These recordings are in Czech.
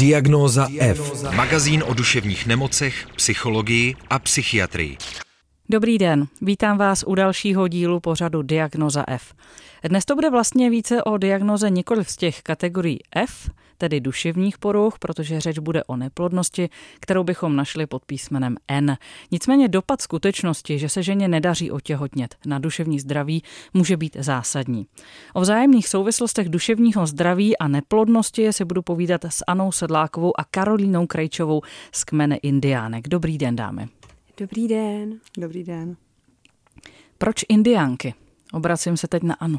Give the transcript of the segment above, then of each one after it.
Diagnóza F. Magazín o duševních nemocech, psychologii a psychiatrii. Dobrý den, vítám vás u dalšího dílu pořadu Diagnóza F. Dnes to bude vlastně více o diagnoze nikoliv z těch kategorií F, tedy duševních poruch, protože řeč bude o neplodnosti, kterou bychom našli pod písmenem N. Nicméně dopad skutečnosti, že se ženě nedaří otěhotnět na duševní zdraví, může být zásadní. O vzájemných souvislostech duševního zdraví a neplodnosti si budu povídat s Annou Sedlákovou a Karolínou Krejčovou z kmene Indiánek. Dobrý den, dámy. Dobrý den. Dobrý den. Proč Indiánky? Obracím se teď na Anu.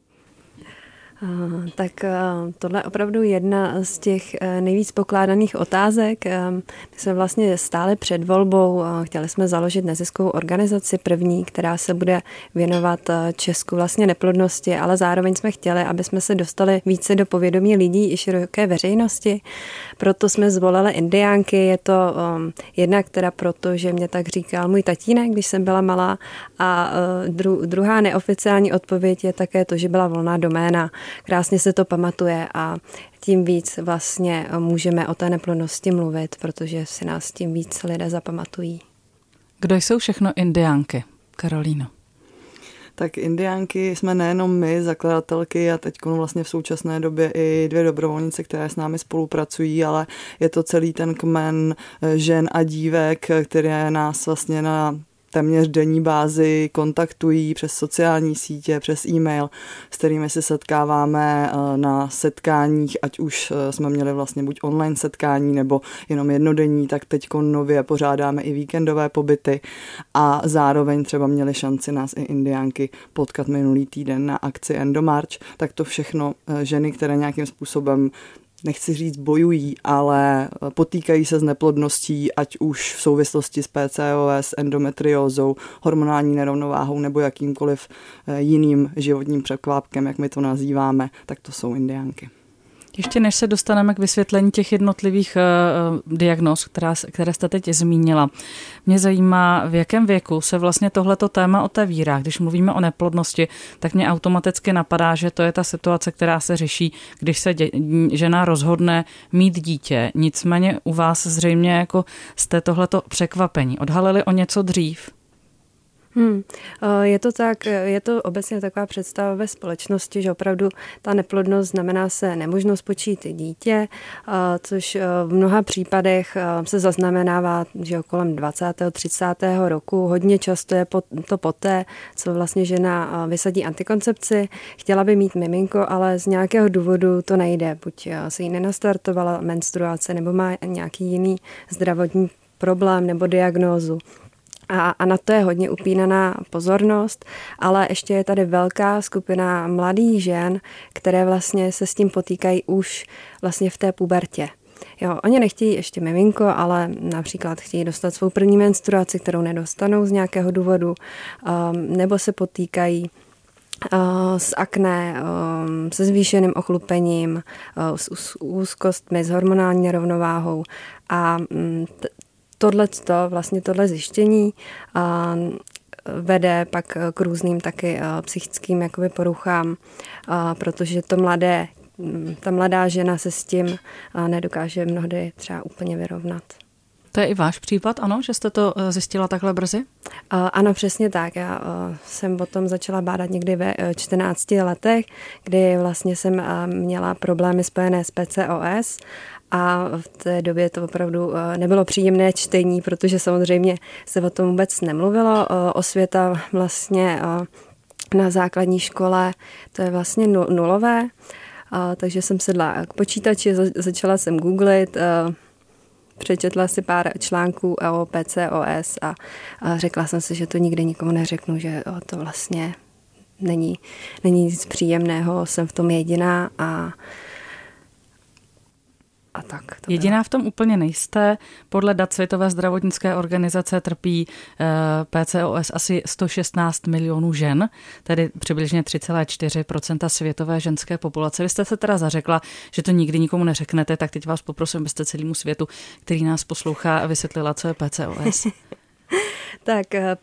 Tak tohle je opravdu jedna z těch nejvíc pokládaných otázek. My jsme vlastně stále před volbou, chtěli jsme založit neziskovou organizaci první, která se bude věnovat Česku vlastně neplodnosti, ale zároveň jsme chtěli, aby jsme se dostali více do povědomí lidí i široké veřejnosti. Proto jsme zvolili Indiánky. Je to jednak teda proto, že mě tak říkal můj tatínek, když jsem byla malá, a druhá neoficiální odpověď je také to, že byla volná doména. Krásně se to pamatuje a tím víc vlastně můžeme o té neplodnosti mluvit, protože si nás tím víc lidé zapamatují. Kdo jsou všechno Indiánky, Karolíno? Tak Indiánky jsme nejenom my, zakladatelky, a teď vlastně v současné době i 2 dobrovolnice, které s námi spolupracují, ale je to celý ten kmen žen a dívek, které nás vlastně na téměř denní bázi kontaktují přes sociální sítě, přes e-mail, s kterými se setkáváme na setkáních, ať už jsme měli vlastně buď online setkání nebo jenom jednodenní, tak teď nově pořádáme i víkendové pobyty a zároveň třeba měli šanci nás i Indiánky potkat minulý týden na akci Endomarch, tak to všechno ženy, které nějakým způsobem, nechci říct bojují, ale potýkají se s neplodností, ať už v souvislosti s PCOS, endometriózou, hormonální nerovnováhou nebo jakýmkoliv jiným životním překvápkem, jak my to nazýváme, tak to jsou Indiánky. Ještě než se dostaneme k vysvětlení těch jednotlivých diagnóz, které jste teď zmínila, mě zajímá, v jakém věku se vlastně tohleto téma otevírá. Když mluvíme o neplodnosti, tak mě automaticky napadá, že to je ta situace, která se řeší, když se žena rozhodne mít dítě. Nicméně u vás zřejmě jako jste tohleto překvapení. Odhalili o něco dřív? Je to tak, je to obecně taková představa ve společnosti, že opravdu ta neplodnost znamená se nemožnost počít dítě, což v mnoha případech se zaznamenává, že kolem 20. 30. roku. Hodně často je to poté, co vlastně žena vysadí antikoncepci, chtěla by mít miminko, ale z nějakého důvodu to nejde. Buď se jí nenastartovala menstruace, nebo má nějaký jiný zdravotní problém nebo diagnózu. A na to je hodně upínaná pozornost, ale ještě je tady velká skupina mladých žen, které vlastně se s tím potýkají už vlastně v té pubertě. Jo, oni nechtějí ještě miminko, ale například chtějí dostat svou první menstruaci, kterou nedostanou z nějakého důvodu, nebo se potýkají s akné, se zvýšeným ochlupením, s úzkostmi, s hormonální nerovnováhou a tohle zjištění vede pak k různým taky psychickým jakoby poruchám, protože ta mladá žena se s tím nedokáže mnohdy třeba úplně vyrovnat. To je i váš případ, ano, že jste to zjistila takhle brzy? Ano, přesně tak. Já jsem o tom začala bádat někdy ve 14 letech, kdy vlastně jsem měla problémy spojené s PCOS. A v té době to opravdu nebylo příjemné čtení, protože samozřejmě se o tom vůbec nemluvilo. Osvěta vlastně na základní škole, to je vlastně nulové, takže jsem sedla k počítači, začala jsem googlit, přečetla si pár článků o PCOS a řekla jsem si, že to nikdy nikomu neřeknu, že to vlastně není nic příjemného, jsem v tom jediná a tak. Jediná v tom úplně nejste. Podle dat Světové zdravotnické organizace trpí PCOS asi 116 milionů žen, tedy přibližně 3,4% světové ženské populace. Vy jste se teda zařekla, že to nikdy nikomu neřeknete, tak teď vás poprosím, abyste celému světu, který nás poslouchá, vysvětlila, co je PCOS. Tak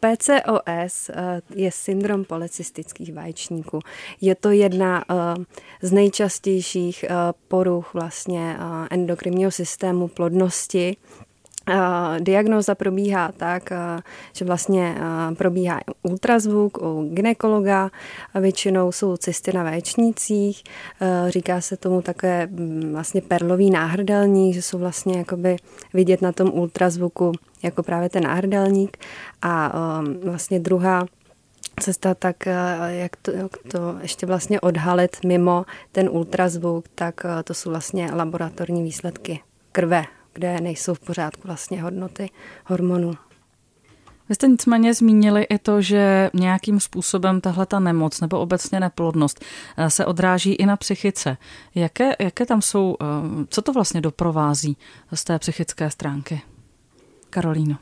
PCOS je syndrom polycystických vaječníků. Je to jedna z nejčastějších poruch vlastně endokrinního systému plodnosti. Diagnóza probíhá tak, že vlastně probíhá ultrazvuk u gynekologa, většinou jsou cysty na vaječnících, říká se tomu také vlastně perlový náhrdelník, že jsou vlastně jakoby vidět na tom ultrazvuku jako právě ten náhrdelník a vlastně druhá cesta, tak jak to ještě vlastně odhalit mimo ten ultrazvuk, tak to jsou vlastně laboratorní výsledky krve, kde nejsou v pořádku vlastně hodnoty hormonů. Vy jste nicméně zmínili i to, že nějakým způsobem tahleta nemoc nebo obecně neplodnost se odráží i na psychice. Jaké tam jsou, co to vlastně doprovází z té psychické stránky? Karolíno.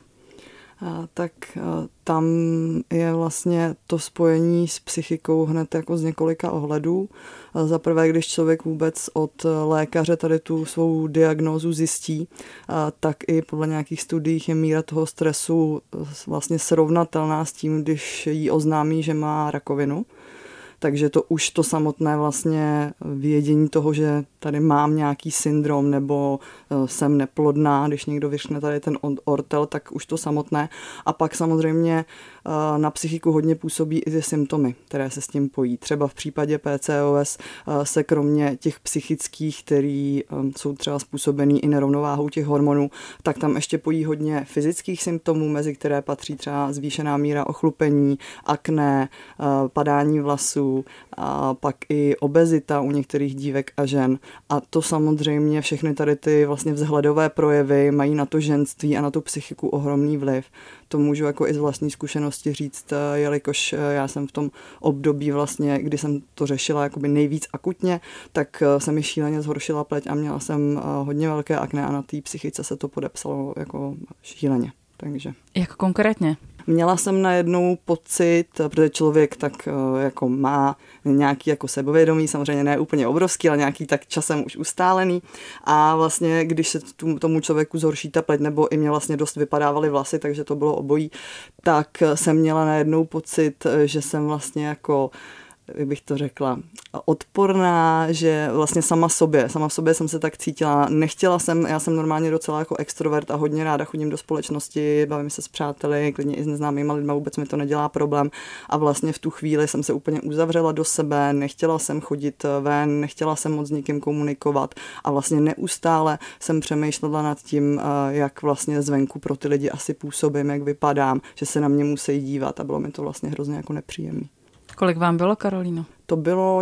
Tak tam je vlastně to spojení s psychikou hned jako z několika ohledů. Za prvé, když člověk vůbec od lékaře tady tu svou diagnózu zjistí, tak i podle nějakých studií je míra toho stresu vlastně srovnatelná s tím, když jí oznámí, že má rakovinu. Takže to už to samotné vlastně vědění toho, že tady mám nějaký syndrom nebo jsem neplodná, když někdo vyšne tady ten ortel, tak už to samotné. A pak samozřejmě na psychiku hodně působí i ty symptomy, které se s tím pojí. Třeba v případě PCOS se kromě těch psychických, které jsou třeba způsobený i nerovnováhou těch hormonů, tak tam ještě pojí hodně fyzických symptomů, mezi které patří třeba zvýšená míra ochlupení, akné, padání vlasů, a pak i obezita u některých dívek a žen. A to samozřejmě všechny tady ty vlastně vzhledové projevy mají na to ženství a na tu psychiku ohromný vliv. To můžu jako i z vlastní zkušenosti říct, jelikož já jsem v tom období vlastně, kdy jsem to řešila jakoby nejvíc akutně, tak se mi šíleně zhoršila pleť a měla jsem hodně velké akné a na té psychice se to podepsalo jako šíleně. Takže. Jak konkrétně? Měla jsem najednou pocit, protože člověk tak jako má nějaký jako sebevědomí, samozřejmě ne úplně obrovský, ale nějaký tak časem už ustálený a vlastně, když se tomu člověku zhorší ta pleť, nebo i mě vlastně dost vypadávaly vlasy, takže to bylo obojí, tak jsem měla najednou pocit, že jsem vlastně jako, jak bych to řekla, odporná, že vlastně sama v sobě jsem se tak cítila, nechtěla jsem, já jsem normálně docela jako extrovert a hodně ráda chodím do společnosti, bavím se s přáteli, klidně i s neznámýma lidma, vůbec mi to nedělá problém a vlastně v tu chvíli jsem se úplně uzavřela do sebe, nechtěla jsem chodit ven, nechtěla jsem moc s nikým komunikovat a vlastně neustále jsem přemýšlela nad tím, jak vlastně zvenku pro ty lidi asi působím, jak vypadám, že se na mě musí dívat a bylo mi to vlastně hrozně jako nepříjemné. Kolik vám bylo, Karolíno? To bylo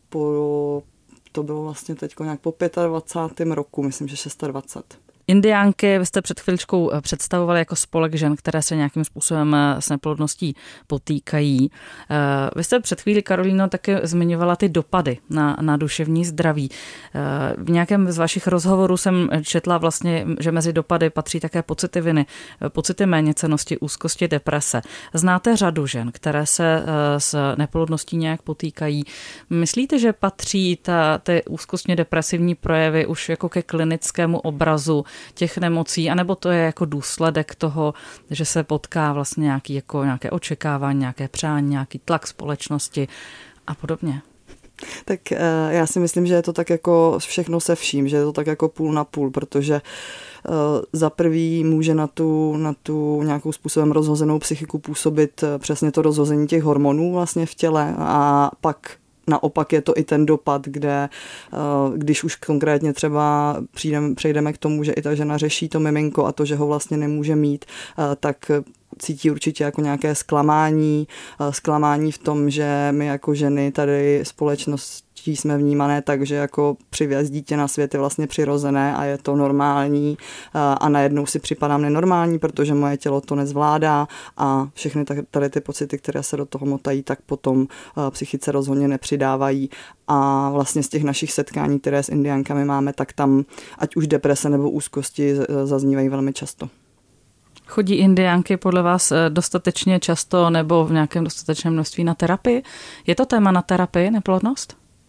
vlastně teďko nějak po 25. roku, myslím, že 26. Indiánky, vy jste před chviličkou představovali jako spolek žen, které se nějakým způsobem s neplodností potýkají. Vy jste před chvíli, Karolíno, také zmiňovala ty dopady na duševní zdraví. V nějakém z vašich rozhovorů jsem četla vlastně, že mezi dopady patří také pocity viny, pocity méněcennosti, úzkosti, deprese. Znáte řadu žen, které se s neplodností nějak potýkají. Myslíte, že patří ty úzkostně depresivní projevy už jako ke klinickému obrazu těch nemocí, anebo to je jako důsledek toho, že se potká vlastně nějaké očekávání, nějaké přání, nějaký tlak společnosti a podobně? Tak já si myslím, že je to tak jako všechno se vším, že je to tak jako půl na půl, protože za prvý může na tu nějakou způsobem rozhozenou psychiku působit přesně to rozhození těch hormonů vlastně v těle a pak naopak je to i ten dopad, kde když už konkrétně třeba přejdeme k tomu, že i ta žena řeší to miminko a to, že ho vlastně nemůže mít, tak cítí určitě jako nějaké zklamání v tom, že my jako ženy tady společností jsme vnímané tak, že jako přivést dítě na svět je vlastně přirozené a je to normální a najednou si připadám nenormální, protože moje tělo to nezvládá a všechny tady ty pocity, které se do toho motají, tak potom psychice rozhodně nepřidávají a vlastně z těch našich setkání, které s indiánkami máme, tak tam ať už deprese nebo úzkosti zaznívají velmi často. Chodí indiánky podle vás dostatečně často nebo v nějakém dostatečném množství na terapii? Je to téma na terapii, neplodnost?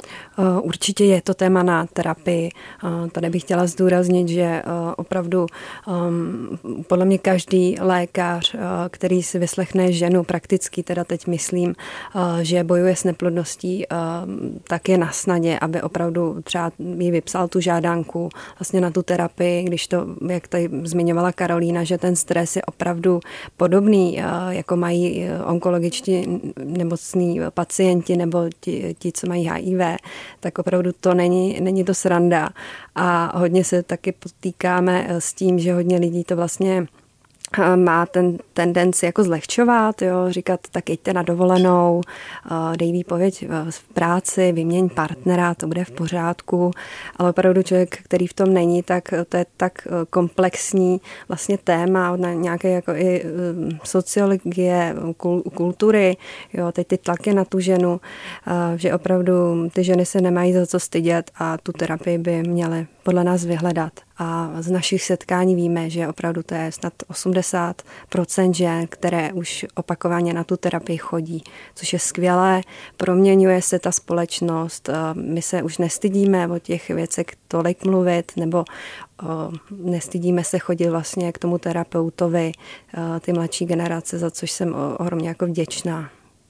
Určitě je to téma na terapii. Tady bych chtěla zdůraznit, že opravdu podle mě každý lékař, který si vyslechne ženu, prakticky teda teď myslím, že bojuje s neplodností, tak je na snadě, aby opravdu třeba jí vypsal tu žádanku vlastně na tu terapii, když to, jak tady zmiňovala Karolína, že ten stres je opravdu podobný, jako mají onkologičtí nemocní pacienti nebo ti, co mají HIV, tak opravdu to není to sranda. A hodně se taky potýkáme s tím, že hodně lidí to vlastně má ten tendenci jako zlehčovat, jo, říkat, tak jeďte na dovolenou, dej výpověď v práci, vyměň partnera, to bude v pořádku, ale opravdu člověk, který v tom není, tak to je tak komplexní vlastně téma od nějaké jako i sociologie, kultury, jo, teď ty tlaky na tu ženu, že opravdu ty ženy se nemají za co stydět a tu terapii by měly podle nás vyhledat. A z našich setkání víme, že opravdu to je snad 80% žen, které už opakovaně na tu terapii chodí, což je skvělé, proměňuje se ta společnost, my se už nestydíme o těch věcech tolik mluvit, nebo nestydíme se chodit vlastně k tomu terapeutovi, ty mladší generace, za což jsem ohromně jako vděčná.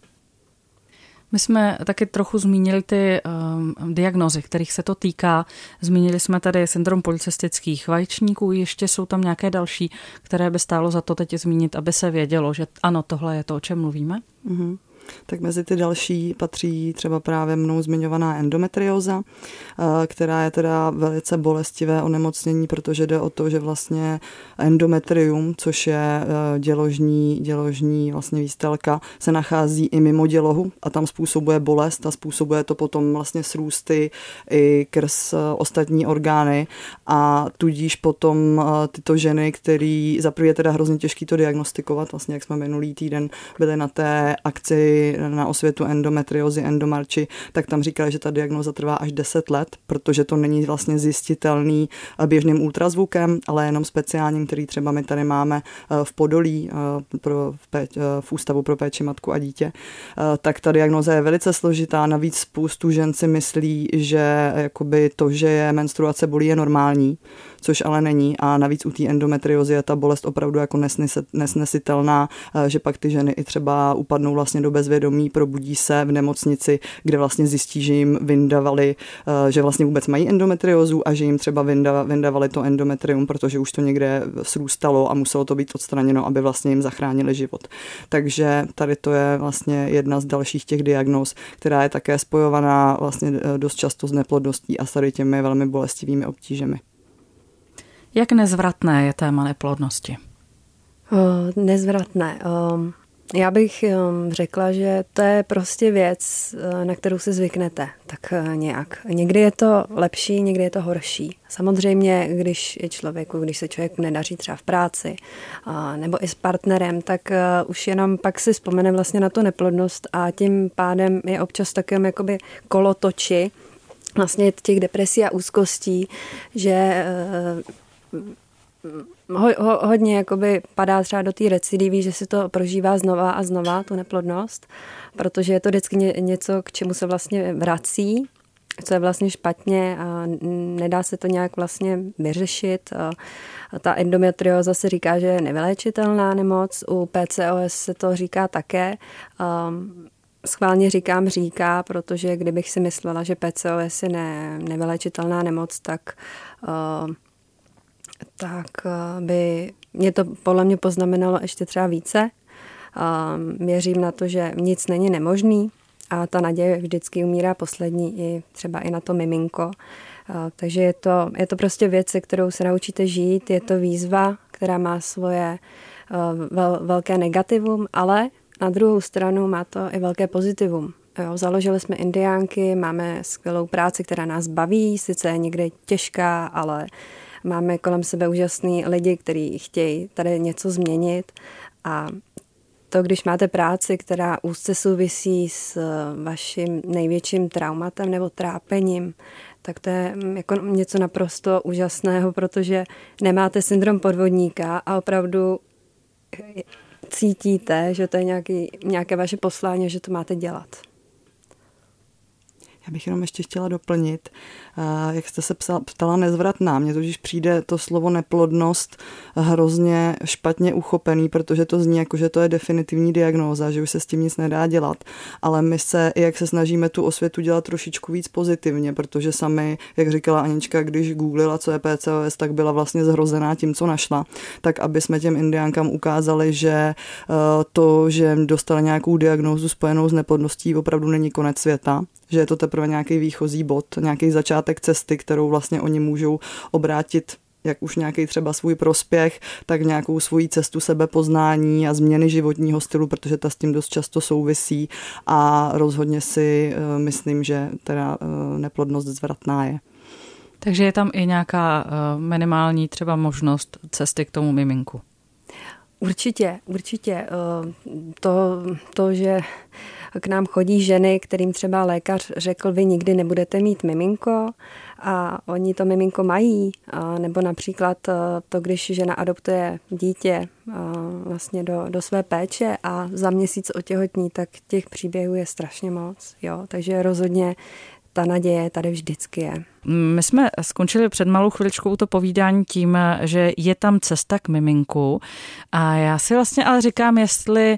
My jsme taky trochu zmínili ty diagnózy, kterých se to týká. Zmínili jsme tady syndrom polycystických vaječníků, ještě jsou tam nějaké další, které by stálo za to teď zmínit, aby se vědělo, že ano, tohle je to, o čem mluvíme? Mm-hmm. Tak mezi ty další patří třeba právě mnou zmiňovaná endometrióza, která je teda velice bolestivé onemocnění, protože jde o to, že vlastně endometrium, což je děložní vlastně výstelka, se nachází i mimo dělohu a tam způsobuje bolest a způsobuje to potom vlastně srůsty i krz ostatní orgány a tudíž potom tyto ženy, který zaprvé je teda hrozně těžký to diagnostikovat, vlastně jak jsme minulý týden byli na té akci na osvětu endometriózy, endomarči, tak tam říkali, že ta diagnóza trvá až 10 let, protože to není vlastně zjistitelný běžným ultrazvukem, ale jenom speciálním, který třeba my tady máme v Podolí v Ústavu pro péči matku a dítě. Tak ta diagnóza je velice složitá, navíc spoustu žen si myslí, že jakoby to, že je menstruace bolí, je normální, což ale není a navíc u té endometriózy je ta bolest opravdu jako nesnesitelná, že pak ty ženy i třeba upadnou vlastně do bezvědomí, probudí se v nemocnici, kde vlastně zjistí, že jim vyndavali, že vlastně vůbec mají endometriózu a že jim třeba vyndavali to endometrium, protože už to někde srůstalo a muselo to být odstraněno, aby vlastně jim zachránili život. Takže tady to je vlastně jedna z dalších těch diagnóz, která je také spojovaná vlastně dost často s neplodností a s tady těmi velmi bolestivými obtížemi. Jak nezvratné je téma neplodnosti? Nezvratné. Já bych řekla, že to je prostě věc, na kterou si zvyknete tak nějak. Někdy je to lepší, někdy je to horší. Samozřejmě, když se člověku nedaří třeba v práci nebo i s partnerem, tak už jenom pak si vzpomene vlastně na tu neplodnost a tím pádem je občas takovým jakoby kolotoči vlastně těch depresí a úzkostí, že hodně jakoby padá třeba do té recidivy, že si to prožívá znova a znova, tu neplodnost, protože je to vždycky něco, k čemu se vlastně vrací, co je vlastně špatně a nedá se to nějak vlastně vyřešit. Ta endometrióza se říká, že je nevyléčitelná nemoc, u PCOS se to říká také. Schválně říkám protože kdybych si myslela, že PCOS je nevyléčitelná nemoc, tak by mě to podle mě poznamenalo ještě třeba více. Věřím na to, že nic není nemožný a ta naděje vždycky umírá poslední, i třeba i na to miminko. Takže je to prostě věc, se kterou se naučíte žít, je to výzva, která má svoje velké negativum, ale na druhou stranu má to i velké pozitivum. Jo, založili jsme Indiánky, máme skvělou práci, která nás baví, sice je někde těžká, ale máme kolem sebe úžasný lidi, kteří chtějí tady něco změnit a to, když máte práci, která úzce souvisí s vaším největším traumatem nebo trápením, tak to je jako něco naprosto úžasného, protože nemáte syndrom podvodníka a opravdu cítíte, že to je nějaké vaše poslání, že to máte dělat. Já bych jenom ještě chtěla doplnit, jak jste se ptala nezvratná. Mně totiž přijde to slovo neplodnost hrozně špatně uchopený, protože to zní jako, že to je definitivní diagnóza, že už se s tím nic nedá dělat. Ale my se, jak se snažíme tu osvětu dělat trošičku víc pozitivně, protože sami, jak říkala Anička, když googlila, co je PCOS, tak byla vlastně zhrozená tím, co našla. Tak aby jsme těm indiánkám ukázali, že to, že dostali nějakou diagnózu spojenou s neplodností, opravdu není konec světa, že je to teprve nějaký výchozí bod, nějaký začátek cesty, kterou vlastně oni můžou obrátit jak už nějaký třeba svůj prospěch, tak nějakou svoji cestu sebepoznání a změny životního stylu, protože ta s tím dost často souvisí a rozhodně si myslím, že teda neplodnost zvratná je. Takže je tam i nějaká minimální třeba možnost cesty k tomu miminku. Určitě. To, že k nám chodí ženy, kterým třeba lékař řekl, vy nikdy nebudete mít miminko a oni to miminko mají, nebo například to, když žena adoptuje dítě vlastně do své péče a za měsíc otěhotní, tak těch příběhů je strašně moc. Jo? Takže rozhodně ta naděje tady vždycky je. My jsme skončili před malou chviličkou to povídání tím, že je tam cesta k miminku a já si vlastně ale říkám, jestli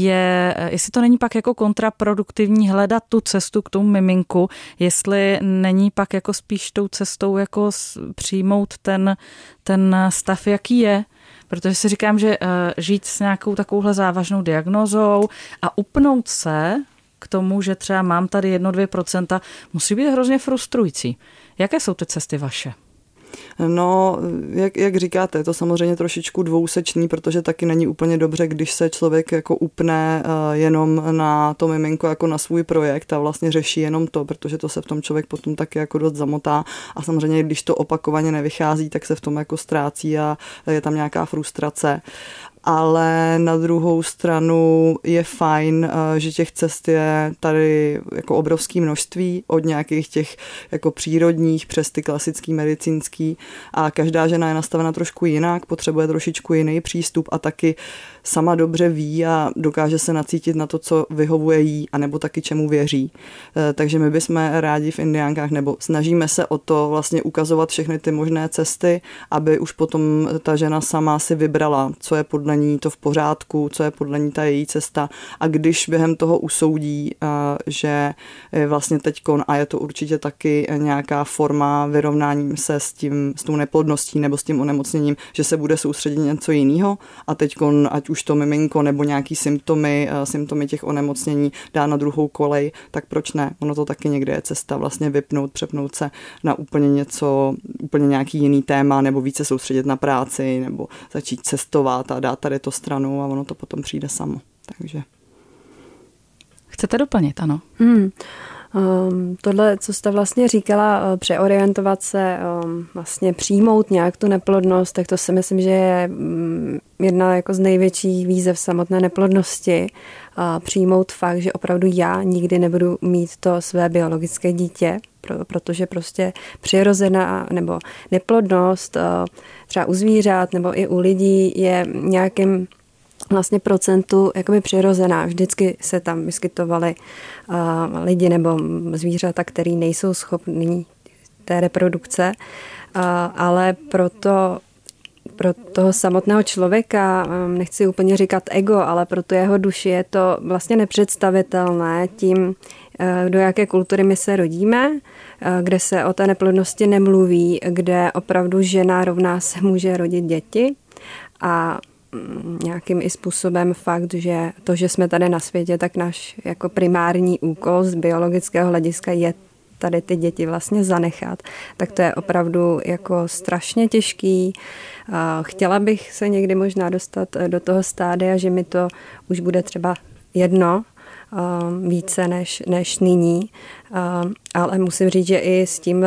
to není pak jako kontraproduktivní hledat tu cestu k tomu miminku, jestli není pak jako spíš tou cestou jako přijmout ten stav, jaký je. Protože si říkám, že žít s nějakou takovouhle závažnou diagnózou a upnout se k tomu, že třeba mám tady 1-2%, musí být hrozně frustrující. Jaké jsou ty cesty vaše? No, jak říkáte, je to samozřejmě trošičku dvousečný, protože taky není úplně dobře, když se člověk jako upne jenom na to miminko jako na svůj projekt a vlastně řeší jenom to, protože to se v tom člověk potom taky jako dost zamotá a samozřejmě, když to opakovaně nevychází, tak se v tom jako ztrácí a je tam nějaká frustrace. Ale na druhou stranu je fajn, že těch cest je tady jako obrovské množství, od nějakých těch jako přírodních přes ty klasický medicínský a každá žena je nastavena trošku jinak, potřebuje trošičku jiný přístup a taky sama dobře ví a dokáže se nacítit na to, co vyhovuje jí, anebo taky čemu věří. Takže my bychom rádi v indiánkách, nebo snažíme se o to vlastně ukazovat všechny ty možné cesty, aby už potom ta žena sama si vybrala, co je podle ní to v pořádku, co je podle ní ta její cesta a když během toho usoudí, že je vlastně teďkon a je to určitě taky nějaká forma vyrovnání se s tou neplodností nebo s tím onemocněním, že se bude soustředit něco jiného a teďkon, ať už to miminko nebo nějaký symptomy těch onemocnění dá na druhou kolej, tak proč ne? Ono to taky někde je cesta vlastně vypnout, přepnout se na úplně nějaký jiný téma nebo více soustředit na práci nebo začít cestovat a dát tady to stranou a ono to potom přijde samo. Takže. Chcete doplnit, ano? Tohle, co jste vlastně říkala, přeorientovat se, vlastně přijmout nějak tu neplodnost, tak to si myslím, že je jedna jako z největších výzev samotné neplodnosti. Přijmout fakt, že opravdu já nikdy nebudu mít to své biologické dítě, protože prostě přirozená nebo neplodnost třeba u zvířat nebo i u lidí je nějakým vlastně procentu jakoby přirozená. Vždycky se tam vyskytovali lidi nebo zvířata, který nejsou schopní té reprodukce, ale pro toho samotného člověka, nechci úplně říkat ego, ale pro tu jeho duši je to vlastně nepředstavitelné tím, do jaké kultury my se rodíme, kde se o té neplodnosti nemluví, kde opravdu žena rovná se může rodit děti a nějakým i způsobem fakt, že to, že jsme tady na světě, tak náš jako primární úkol z biologického hlediska je tady ty děti vlastně zanechat. Tak to je opravdu jako strašně těžký. Chtěla bych se někdy možná dostat do toho stádia, že mi to už bude třeba jedno, více než nyní, ale musím říct, že i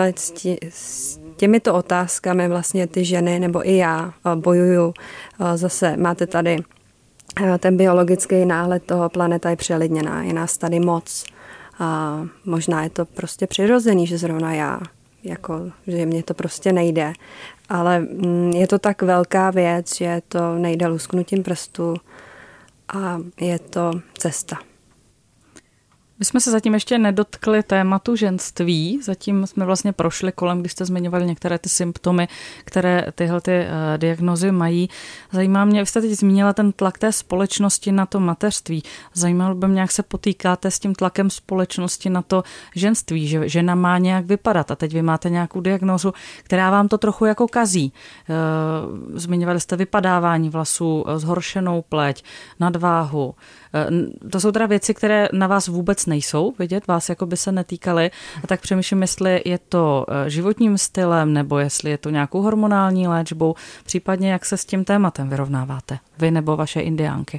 s těmito otázkami vlastně ty ženy nebo i já bojuju. Zase máte tady ten biologický náhled toho, planeta je přelidněná, je nás tady moc. A možná je to prostě přirozený, že zrovna já, že mně to prostě nejde. Ale je to tak velká věc, že to nejde lusknutím prstu a je to cesta. My jsme se zatím ještě nedotkli tématu ženství, zatím jsme vlastně prošli kolem, když jste zmiňovali některé ty symptomy, které tyhle diagnózy mají. Zajímá mě, vy jste teď zmínila ten tlak té společnosti na to mateřství. Zajímalo by mě, jak se potýkáte s tím tlakem společnosti na to ženství, že žena má nějak vypadat a teď vy máte nějakou diagnózu, která vám to trochu jako kazí. Zmiňovali jste vypadávání vlasů, zhoršenou pleť, nadváhu. To jsou teda věci, které na vás vůbec nejsou vidět, vás jako by se netýkaly. A tak přemýšlím, jestli je to životním stylem, nebo jestli je to nějakou hormonální léčbou, případně jak se s tím tématem vyrovnáváte, vy nebo vaše indiánky.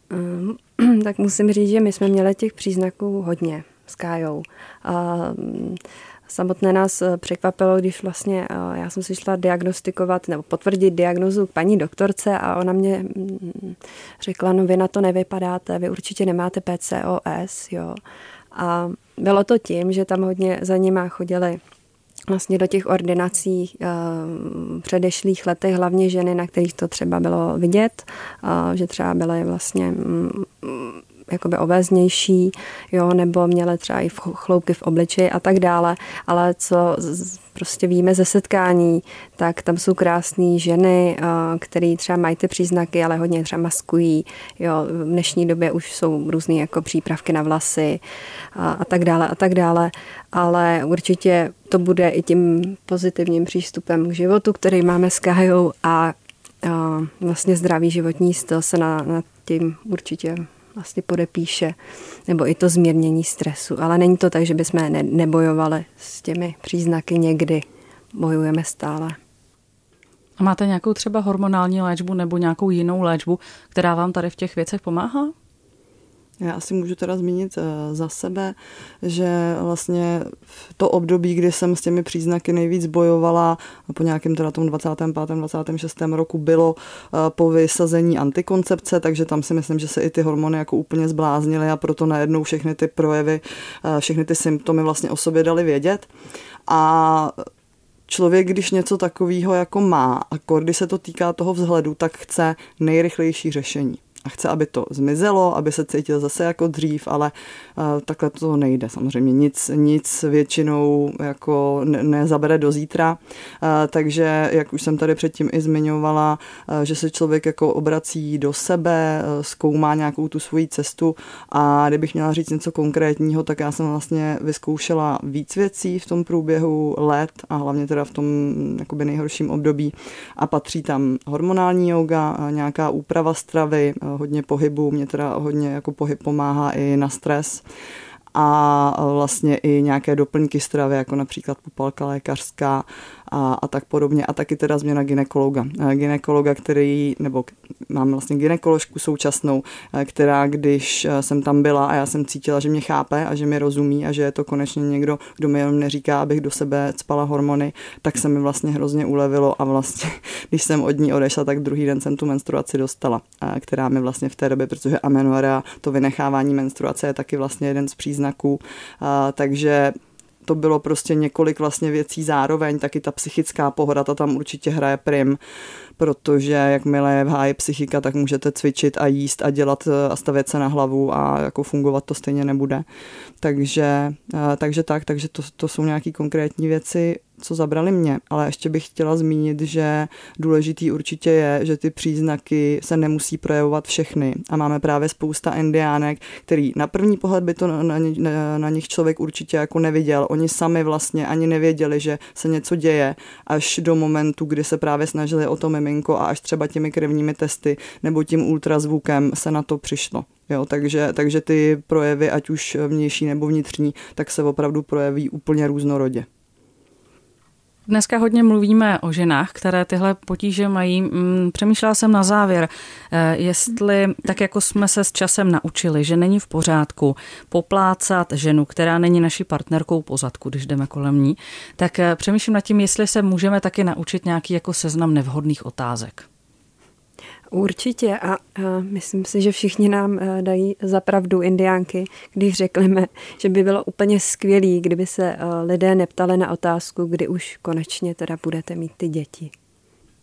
Tak musím říct, že my jsme měli těch příznaků hodně s Kájou. Samotné nás překvapilo, když vlastně já jsem si šla diagnostikovat nebo potvrdit diagnozu k paní doktorce a ona mě řekla, no vy na to nevypadáte, vy určitě nemáte PCOS, jo. A bylo to tím, že tam hodně za nima chodili vlastně do těch ordinací v předešlých letech, hlavně ženy, na kterých to třeba bylo vidět, že třeba byly vlastně jakoby obéznější, jo, nebo měly třeba i chloupky v obličeji a tak dále, ale co prostě víme ze setkání, tak tam jsou krásné ženy, které třeba mají ty příznaky, ale hodně třeba maskují, jo, v dnešní době už jsou různé jako přípravky na vlasy a tak dále, ale určitě to bude i tím pozitivním přístupem k životu, který máme s Kájou a vlastně zdravý životní styl se nad tím určitě vlastně podepíše, nebo i to zmírnění stresu. Ale není to tak, že bychom nebojovali s těmi příznaky někdy. Bojujeme stále. A máte nějakou třeba hormonální léčbu nebo nějakou jinou léčbu, která vám tady v těch věcech pomáhá? Já asi můžu teda zmínit za sebe, že vlastně v to období, kdy jsem s těmi příznaky nejvíc bojovala, po nějakém teda tom 25. 26. roku bylo po vysazení antikoncepce, takže tam si myslím, že se i ty hormony jako úplně zbláznily a proto najednou všechny ty projevy, všechny ty symptomy vlastně o sobě dali vědět. A člověk, když něco takového jako má, a když se to týká toho vzhledu, tak chce nejrychlejší řešení. A chce, aby to zmizelo, aby se cítil zase jako dřív, ale takhle to nejde. Samozřejmě nic většinou jako nezabere do zítra. Takže, jak už jsem tady předtím i zmiňovala, že se člověk jako obrací do sebe, zkoumá nějakou tu svoji cestu a kdybych měla říct něco konkrétního, tak já jsem vlastně vyzkoušela víc věcí v tom průběhu let a hlavně teda v tom jakoby nejhorším období a patří tam hormonální jóga, nějaká úprava stravy, hodně pohybu, mě teda hodně jako pohyb pomáhá i na stres a vlastně i nějaké doplňky stravy, jako například popelka lékařská a tak podobně. A taky teda změna gynekologa, který, nebo mám vlastně gynekoložku současnou, která když jsem tam byla a já jsem cítila, že mě chápe a že mi rozumí a že je to konečně někdo, kdo mi jenom neříká, abych do sebe cpala hormony, tak se mi vlastně hrozně ulevilo a vlastně, když jsem od ní odešla, tak druhý den jsem tu menstruaci dostala, která mi vlastně v té době, protože amenorrea, to vynechávání menstruace je taky vlastně jeden z příznaků, takže to bylo prostě několik vlastně věcí zároveň, taky ta psychická pohoda, ta tam určitě hraje prim, protože jakmile je v háji psychika, tak můžete cvičit a jíst a dělat a stavět se na hlavu a jako fungovat to stejně nebude. Takže to jsou nějaké konkrétní věci, co zabrali mě, ale ještě bych chtěla zmínit, že důležitý určitě je, že ty příznaky se nemusí projevovat všechny a máme právě spousta indiánek, který na první pohled by to na nich člověk určitě jako neviděl. Oni sami vlastně ani nevěděli, že se něco děje, až do momentu, kdy se právě snažili o to miminko a až třeba těmi krevními testy nebo tím ultrazvukem se na to přišlo. Jo, takže ty projevy, ať už vnější nebo vnitřní, tak se opravdu projeví úplně různorodě. Dneska hodně mluvíme o ženách, které tyhle potíže mají. Přemýšlela jsem na závěr, jestli, tak jako jsme se s časem naučili, že není v pořádku poplácat ženu, která není naší partnerkou po zadku, když jdeme kolem ní, tak přemýšlím nad tím, jestli se můžeme taky naučit nějaký jako seznam nevhodných otázek. Určitě a myslím si, že všichni nám dají za pravdu indiánky, když řekneme, že by bylo úplně skvělý, kdyby se lidé neptali na otázku, kdy už konečně teda budete mít ty děti.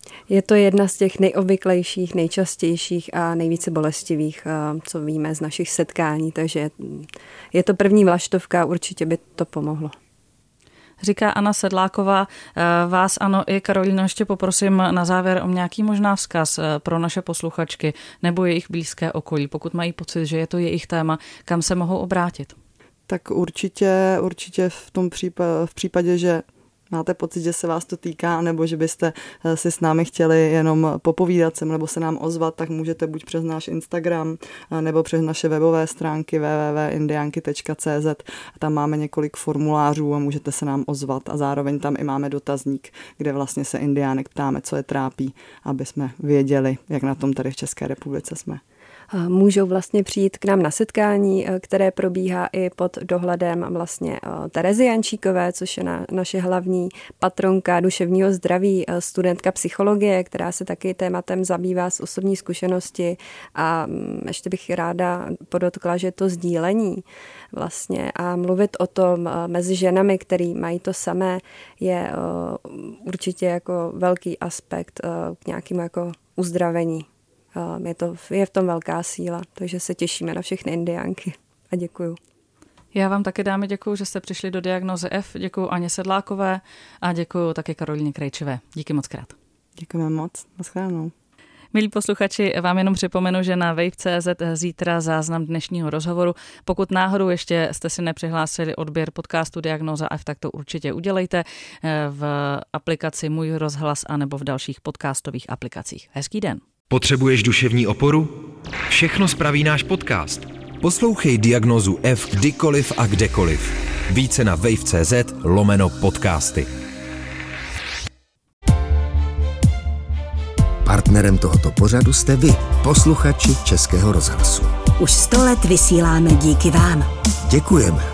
Je to jedna z těch nejobvyklejších, nejčastějších a nejvíce bolestivých, co víme z našich setkání, takže je to první vlaštovka, určitě by to pomohlo. Říká Anna Sedláková. Vás, Ano, i Karolíno, ještě poprosím na závěr o nějaký možná vzkaz pro naše posluchačky nebo jejich blízké okolí, pokud mají pocit, že je to jejich téma, kam se mohou obrátit. Tak určitě v případě, že máte pocit, že se vás to týká, nebo že byste si s námi chtěli jenom popovídat sem, nebo se nám ozvat, tak můžete buď přes náš Instagram, nebo přes naše webové stránky www.indianky.cz. Tam máme několik formulářů a můžete se nám ozvat a zároveň tam i máme dotazník, kde vlastně se indiánek ptáme, co je trápí, aby jsme věděli, jak na tom tady v České republice jsme. Můžou vlastně přijít k nám na setkání, které probíhá i pod dohledem vlastně Terezy Jančíkové, což je naše hlavní patronka duševního zdraví, studentka psychologie, která se taky tématem zabývá z osobní zkušenosti, a ještě bych ráda podotkla, že to sdílení vlastně a mluvit o tom mezi ženami, který mají to samé, je určitě jako velký aspekt k nějakému jako uzdravení. Je v tom velká síla, takže se těšíme na všechny indiánky a děkuju. Já vám taky, dámy, děkuju, že jste přišli do Diagnózy F, děkuju Aně Sedlákové a děkuju taky Karolíně Krejčové. Díky moc krát. Děkujeme moc, nashledanou. Milí posluchači, vám jenom připomenu, že na wave.cz zítra záznam dnešního rozhovoru. Pokud náhodou ještě jste si nepřihlásili odběr podcastu Diagnóza F, tak to určitě udělejte v aplikaci Můj rozhlas anebo v dalších podcastových aplikacích. Hezký den. Potřebuješ duševní oporu? Všechno spraví náš podcast. Poslouchej Diagnózu F kdykoliv a kdekoliv. Více na wave.cz/podcasty. Partnerem tohoto pořadu jste vy, posluchači Českého rozhlasu. Už 100 let vysíláme díky vám. Děkujeme.